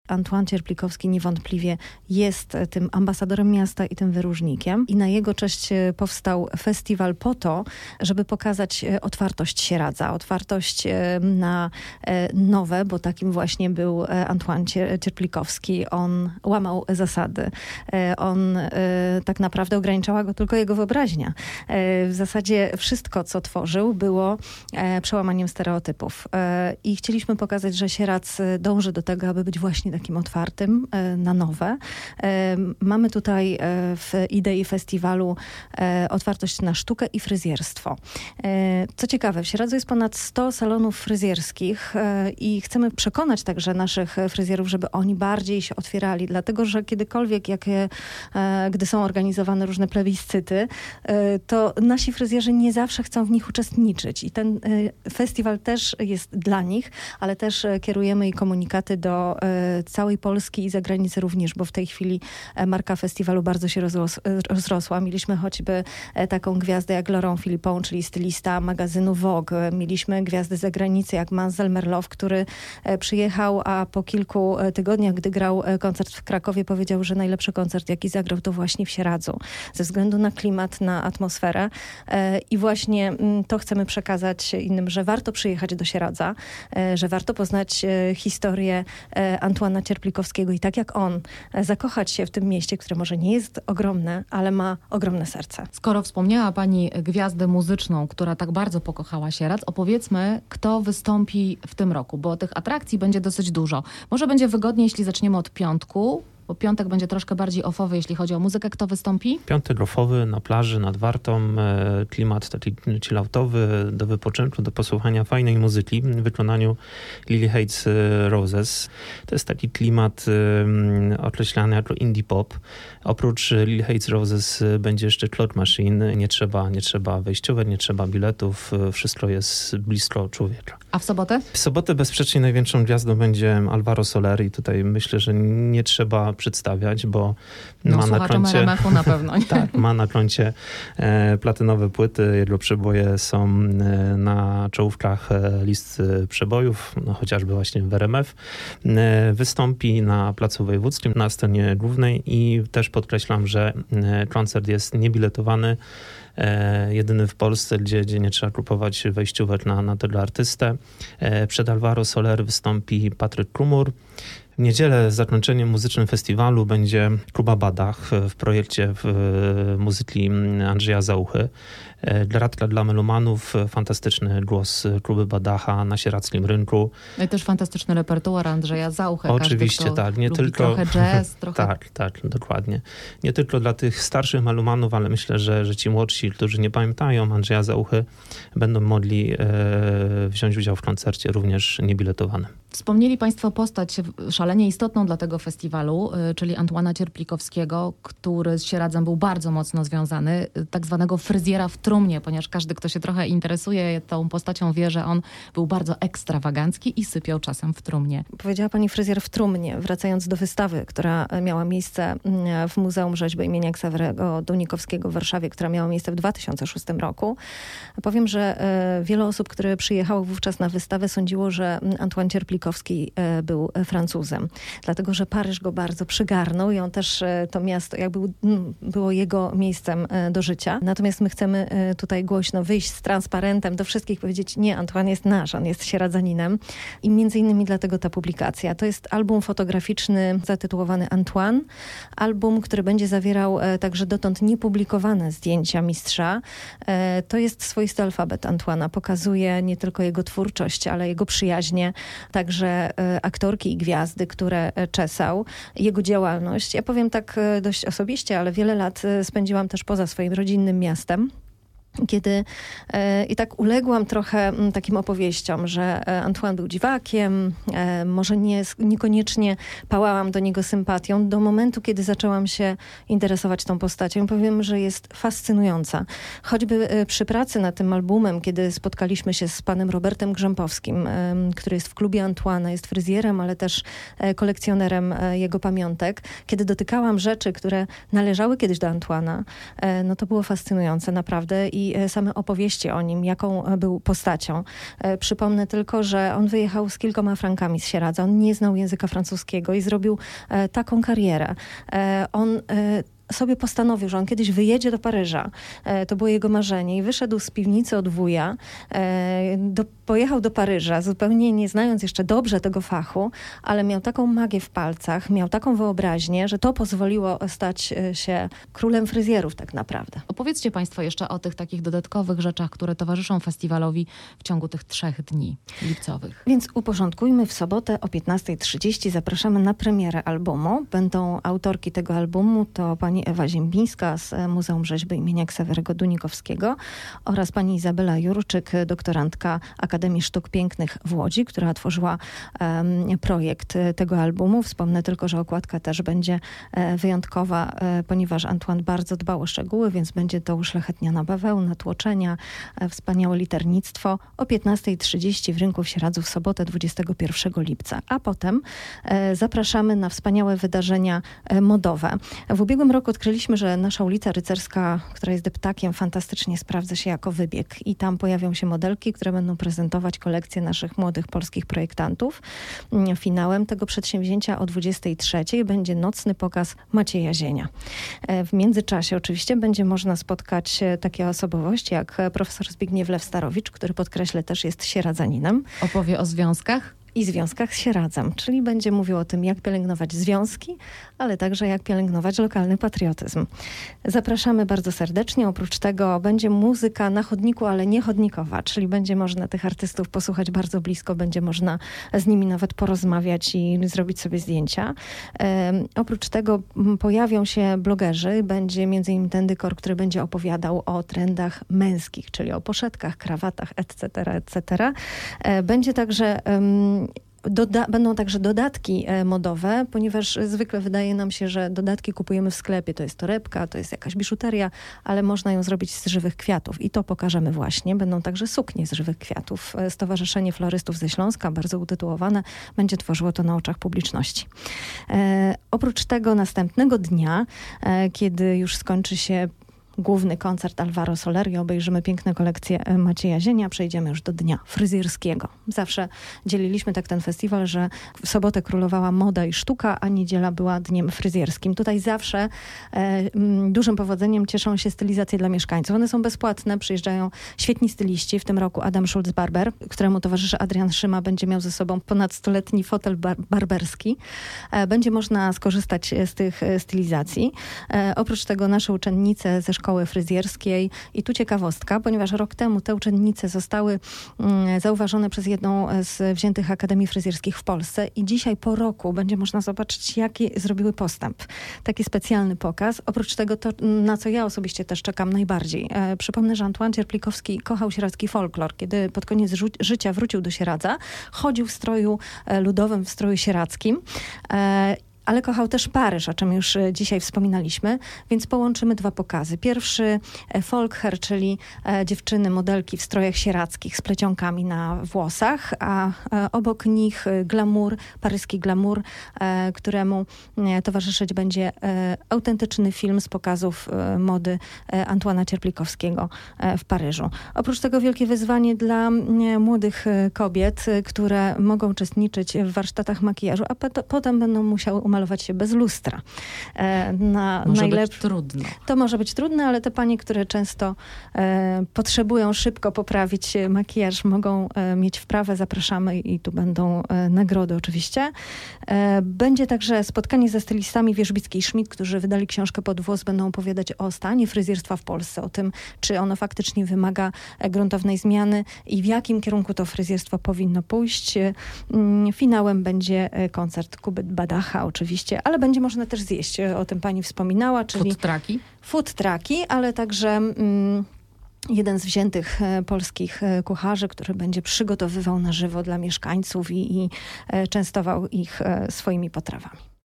Antoine Cierplikowski niewątpliwie jest tym ambasadorem miasta i tym wyróżnikiem. I na jego cześć powstał festiwal po to, żeby pokazać otwartość Sieradza, otwartość na nowe, bo takim właśnie był Antoine Cierplikowski. On łamał zasady. On tak naprawdę ograniczała go tylko jego wyobraźnia. W zasadzie wszystko, co tworzył, było przełamaniem stereotypów. I chcieliśmy pokazać, że Sieradz dąży do tego, aby być właśnie takim otwartym na nowe. Mamy tutaj w idei festiwalu otwartość na sztukę i fryzjerstwo. Co ciekawe, w Sieradzu jest ponad 100 salonów fryzjerskich i chcemy przekonać także naszych fryzjerów, żeby oni bardziej się otwierali, dlatego że kiedykolwiek, gdy są organizowane różne plebiscyty, to nasi fryzjerzy nie zawsze chcą w nich uczestniczyć i ten festiwal też jest dla nich, ale też kierujemy i komunikaty do całej Polski i zagranicy również, bo w tej chwili marka festiwalu bardzo się rozrosła. Mieliśmy choćby taką gwiazdę jak Laurent Philippon, czyli stylista magazynu Vogue. Mieliśmy gwiazdy z zagranicy jak Mansell Merlow, który przyjechał, a po kilku tygodniach, gdy grał koncert w Krakowie, powiedział, że najlepszy koncert, jaki zagrał, to właśnie w Sieradzu. Ze względu na klimat, na atmosferę. I właśnie to chcemy przekazać innym, że warto przyjechać do Sieradza, że warto poznać historię Antoana Cierplikowskiego i tak jak on, zakochać się w tym mieście, które może nie jest ogromne, ale ma ogromne serce. Skoro wspomniała pani gwiazdę muzyczną, która tak bardzo pokochała Sieradz, opowiedzmy, kto wystąpi w tym roku, bo tych atrakcji będzie dosyć dużo. Może będzie wygodniej, jeśli zaczniemy od piątku, bo piątek będzie troszkę bardziej offowy, jeśli chodzi o muzykę. Kto wystąpi? Piątek offowy na plaży nad Wartą, klimat taki chilloutowy, do wypoczynku, do posłuchania fajnej muzyki w wykonaniu Lily Hates Roses. To jest taki klimat określany jako indie pop. Oprócz Lily Hates Roses będzie jeszcze Clock Machine. Nie trzeba wejściówek, nie trzeba biletów. Wszystko jest blisko człowieka. A w sobotę? W sobotę bezsprzecznie największą gwiazdą będzie Alvaro Soler i tutaj myślę, że nie trzeba przedstawiać, bo ma na koncie RMF-u na pewno. tak, ma na koncie platynowe płyty. Jego przeboje są na czołówkach list przebojów, no, chociażby właśnie w RMF. Wystąpi na Placu Wojewódzkim, na scenie głównej i też podkreślam, że koncert jest niebiletowany. Jedyny w Polsce, gdzie nie trzeba kupować wejściówek na tego artystę. Przed Alvaro Soler wystąpi Patryk Kumur. W niedzielę zakończeniem muzycznym festiwalu będzie Kuba Badach w projekcie muzyki Andrzeja Zauchy. Gratka dla melomanów, fantastyczny głos Kuby Badacha na sieradzkim rynku. No i też fantastyczny repertuar Andrzeja Zauchy. Oczywiście, każdy, tak. Nie lubi tylko trochę jazz, trochę... Tak, dokładnie. Nie tylko dla tych starszych melomanów, ale myślę, że ci młodsi, którzy nie pamiętają Andrzeja Zauchy, będą mogli wziąć udział w koncercie również niebiletowanym. Wspomnieli państwo postać szalenie istotną dla tego festiwalu, czyli Antoana Cierplikowskiego, który z Sieradzem był bardzo mocno związany, tak zwanego fryzjera w trumnie, ponieważ każdy, kto się trochę interesuje tą postacią, wie, że on był bardzo ekstrawagancki i sypiał czasem w trumnie. Powiedziała pani fryzjer w trumnie, wracając do wystawy, która miała miejsce w Muzeum Rzeźby imienia Ksawerego Dunikowskiego w Warszawie, która miała miejsce w 2006 roku. Powiem, że wiele osób, które przyjechało wówczas na wystawę, sądziło, że Antoine Cierplikowski był Francuzem, dlatego, że Paryż go bardzo przygarnął i on też to miasto było jego miejscem do życia. Natomiast my chcemy tutaj głośno wyjść z transparentem do wszystkich, powiedzieć, nie, Antoine jest nasz, on jest sieradzaninem i między innymi dlatego ta publikacja. To jest album fotograficzny zatytułowany Antoine, album, który będzie zawierał także dotąd niepublikowane zdjęcia mistrza. To jest swoisty alfabet Antoine'a. Pokazuje nie tylko jego twórczość, ale jego przyjaźnie, także aktorki i gwiazdy, które czesał, jego działalność. Ja powiem tak dość osobiście, ale wiele lat spędziłam też poza swoim rodzinnym miastem. Kiedy i tak uległam trochę takim opowieściom, że Antoine był dziwakiem, może niekoniecznie pałałam do niego sympatią, do momentu, kiedy zaczęłam się interesować tą postacią. Powiem, że jest fascynująca. Choćby przy pracy nad tym albumem, kiedy spotkaliśmy się z panem Robertem Grzępowskim, który jest w klubie Antoine'a, jest fryzjerem, ale też kolekcjonerem jego pamiątek. Kiedy dotykałam rzeczy, które należały kiedyś do Antoine'a, no to było fascynujące, naprawdę. I i same opowieści o nim, jaką był postacią. Przypomnę tylko, że on wyjechał z kilkoma frankami z Sieradza. On nie znał języka francuskiego i zrobił taką karierę. On sobie postanowił, że on kiedyś wyjedzie do Paryża. To było jego marzenie i wyszedł z piwnicy od wuja, pojechał do Paryża, zupełnie nie znając jeszcze dobrze tego fachu, ale miał taką magię w palcach, miał taką wyobraźnię, że to pozwoliło stać się królem fryzjerów tak naprawdę. Opowiedzcie Państwo jeszcze o tych takich dodatkowych rzeczach, które towarzyszą festiwalowi w ciągu tych 3 dni lipcowych. Więc uporządkujmy w sobotę o 15:30. Zapraszamy na premierę albumu. Będą autorki tego albumu, to pani Ewa Ziembińska z Muzeum Rzeźby imienia Ksawerego Dunikowskiego oraz pani Izabela Jurczyk, doktorantka Akademii Sztuk Pięknych w Łodzi, która tworzyła projekt tego albumu. Wspomnę tylko, że okładka też będzie wyjątkowa, ponieważ Antoine bardzo dbał o szczegóły, więc będzie to uszlachetniona bawełna, tłoczenia, wspaniałe liternictwo o 15:30 w Rynku w Sieradzu w sobotę 21 lipca. A potem zapraszamy na wspaniałe wydarzenia modowe. W ubiegłym roku odkryliśmy, że nasza ulica Rycerska, która jest deptakiem, fantastycznie sprawdza się jako wybieg i tam pojawią się modelki, które będą prezentować kolekcję naszych młodych polskich projektantów. Finałem tego przedsięwzięcia o 23:00 będzie nocny pokaz Macieja Zienia. W międzyczasie oczywiście będzie można spotkać takie osobowości jak profesor Zbigniew Lew-Starowicz, który podkreślę też jest sieradzaninem. Opowie o związkach? I związkach z Sieradzem, czyli będzie mówił o tym, jak pielęgnować związki, ale także jak pielęgnować lokalny patriotyzm. Zapraszamy bardzo serdecznie. Oprócz tego będzie muzyka na chodniku, ale nie chodnikowa, czyli będzie można tych artystów posłuchać bardzo blisko, będzie można z nimi nawet porozmawiać i zrobić sobie zdjęcia. Oprócz tego pojawią się blogerzy. Będzie m.in. ten Dykor, który będzie opowiadał o trendach męskich, czyli o poszetkach, krawatach, etc., etc. Będzie także będą także dodatki modowe, ponieważ zwykle wydaje nam się, że dodatki kupujemy w sklepie. To jest torebka, to jest jakaś biżuteria, ale można ją zrobić z żywych kwiatów i to pokażemy właśnie. Będą także suknie z żywych kwiatów. Stowarzyszenie Florystów ze Śląska, bardzo utytułowane, będzie tworzyło to na oczach publiczności. Oprócz tego następnego dnia, kiedy już skończy się główny koncert Alvaro Soler i obejrzymy piękne kolekcje Macieja Zienia, przejdziemy już do dnia fryzjerskiego. Zawsze dzieliliśmy tak ten festiwal, że w sobotę królowała moda i sztuka, a niedziela była dniem fryzjerskim. Tutaj zawsze dużym powodzeniem cieszą się stylizacje dla mieszkańców. One są bezpłatne, przyjeżdżają świetni styliści. W tym roku Adam Schulz-Barber, któremu towarzyszy Adrian Szyma, będzie miał ze sobą ponad 100-letni fotel barberski. Będzie można skorzystać z tych stylizacji. Oprócz tego nasze uczennice ze szkoły fryzjerskiej i tu ciekawostka, ponieważ rok temu te uczennice zostały zauważone przez jedną z wziętych akademii fryzjerskich w Polsce i dzisiaj po roku będzie można zobaczyć, jaki zrobiły postęp. Taki specjalny pokaz. Oprócz tego to, na co ja osobiście też czekam najbardziej. Przypomnę, że Antoine Cierplikowski kochał sieradzki folklor. Kiedy pod koniec życia wrócił do Sieradza, chodził w stroju ludowym, w stroju sieradzkim. Ale kochał też Paryż, o czym już dzisiaj wspominaliśmy, więc połączymy 2 pokazy. Pierwszy folkhair, czyli dziewczyny, modelki w strojach sierackich z plecionkami na włosach, a obok nich glamour, paryski glamour, któremu towarzyszyć będzie autentyczny film z pokazów mody Antoina Cierplikowskiego w Paryżu. Oprócz tego wielkie wyzwanie dla młodych kobiet, które mogą uczestniczyć w warsztatach makijażu, a potem będą musiały umalować się bez lustra. Może być trudno. To może być trudne, ale te panie, które często potrzebują szybko poprawić makijaż, mogą mieć wprawę. Zapraszamy i tu będą nagrody oczywiście. Będzie także spotkanie ze stylistami Wierzbicki i Schmidt, którzy wydali książkę Pod włos. Będą opowiadać o stanie fryzjerstwa w Polsce, o tym, czy ono faktycznie wymaga gruntownej zmiany i w jakim kierunku to fryzjerstwo powinno pójść. Finałem będzie koncert Kuby Badacha oczywiście, ale będzie można też zjeść. O tym pani wspominała, czyli food trucki, ale także jeden z wziętych polskich kucharzy, który będzie przygotowywał na żywo dla mieszkańców i częstował ich swoimi potrawami.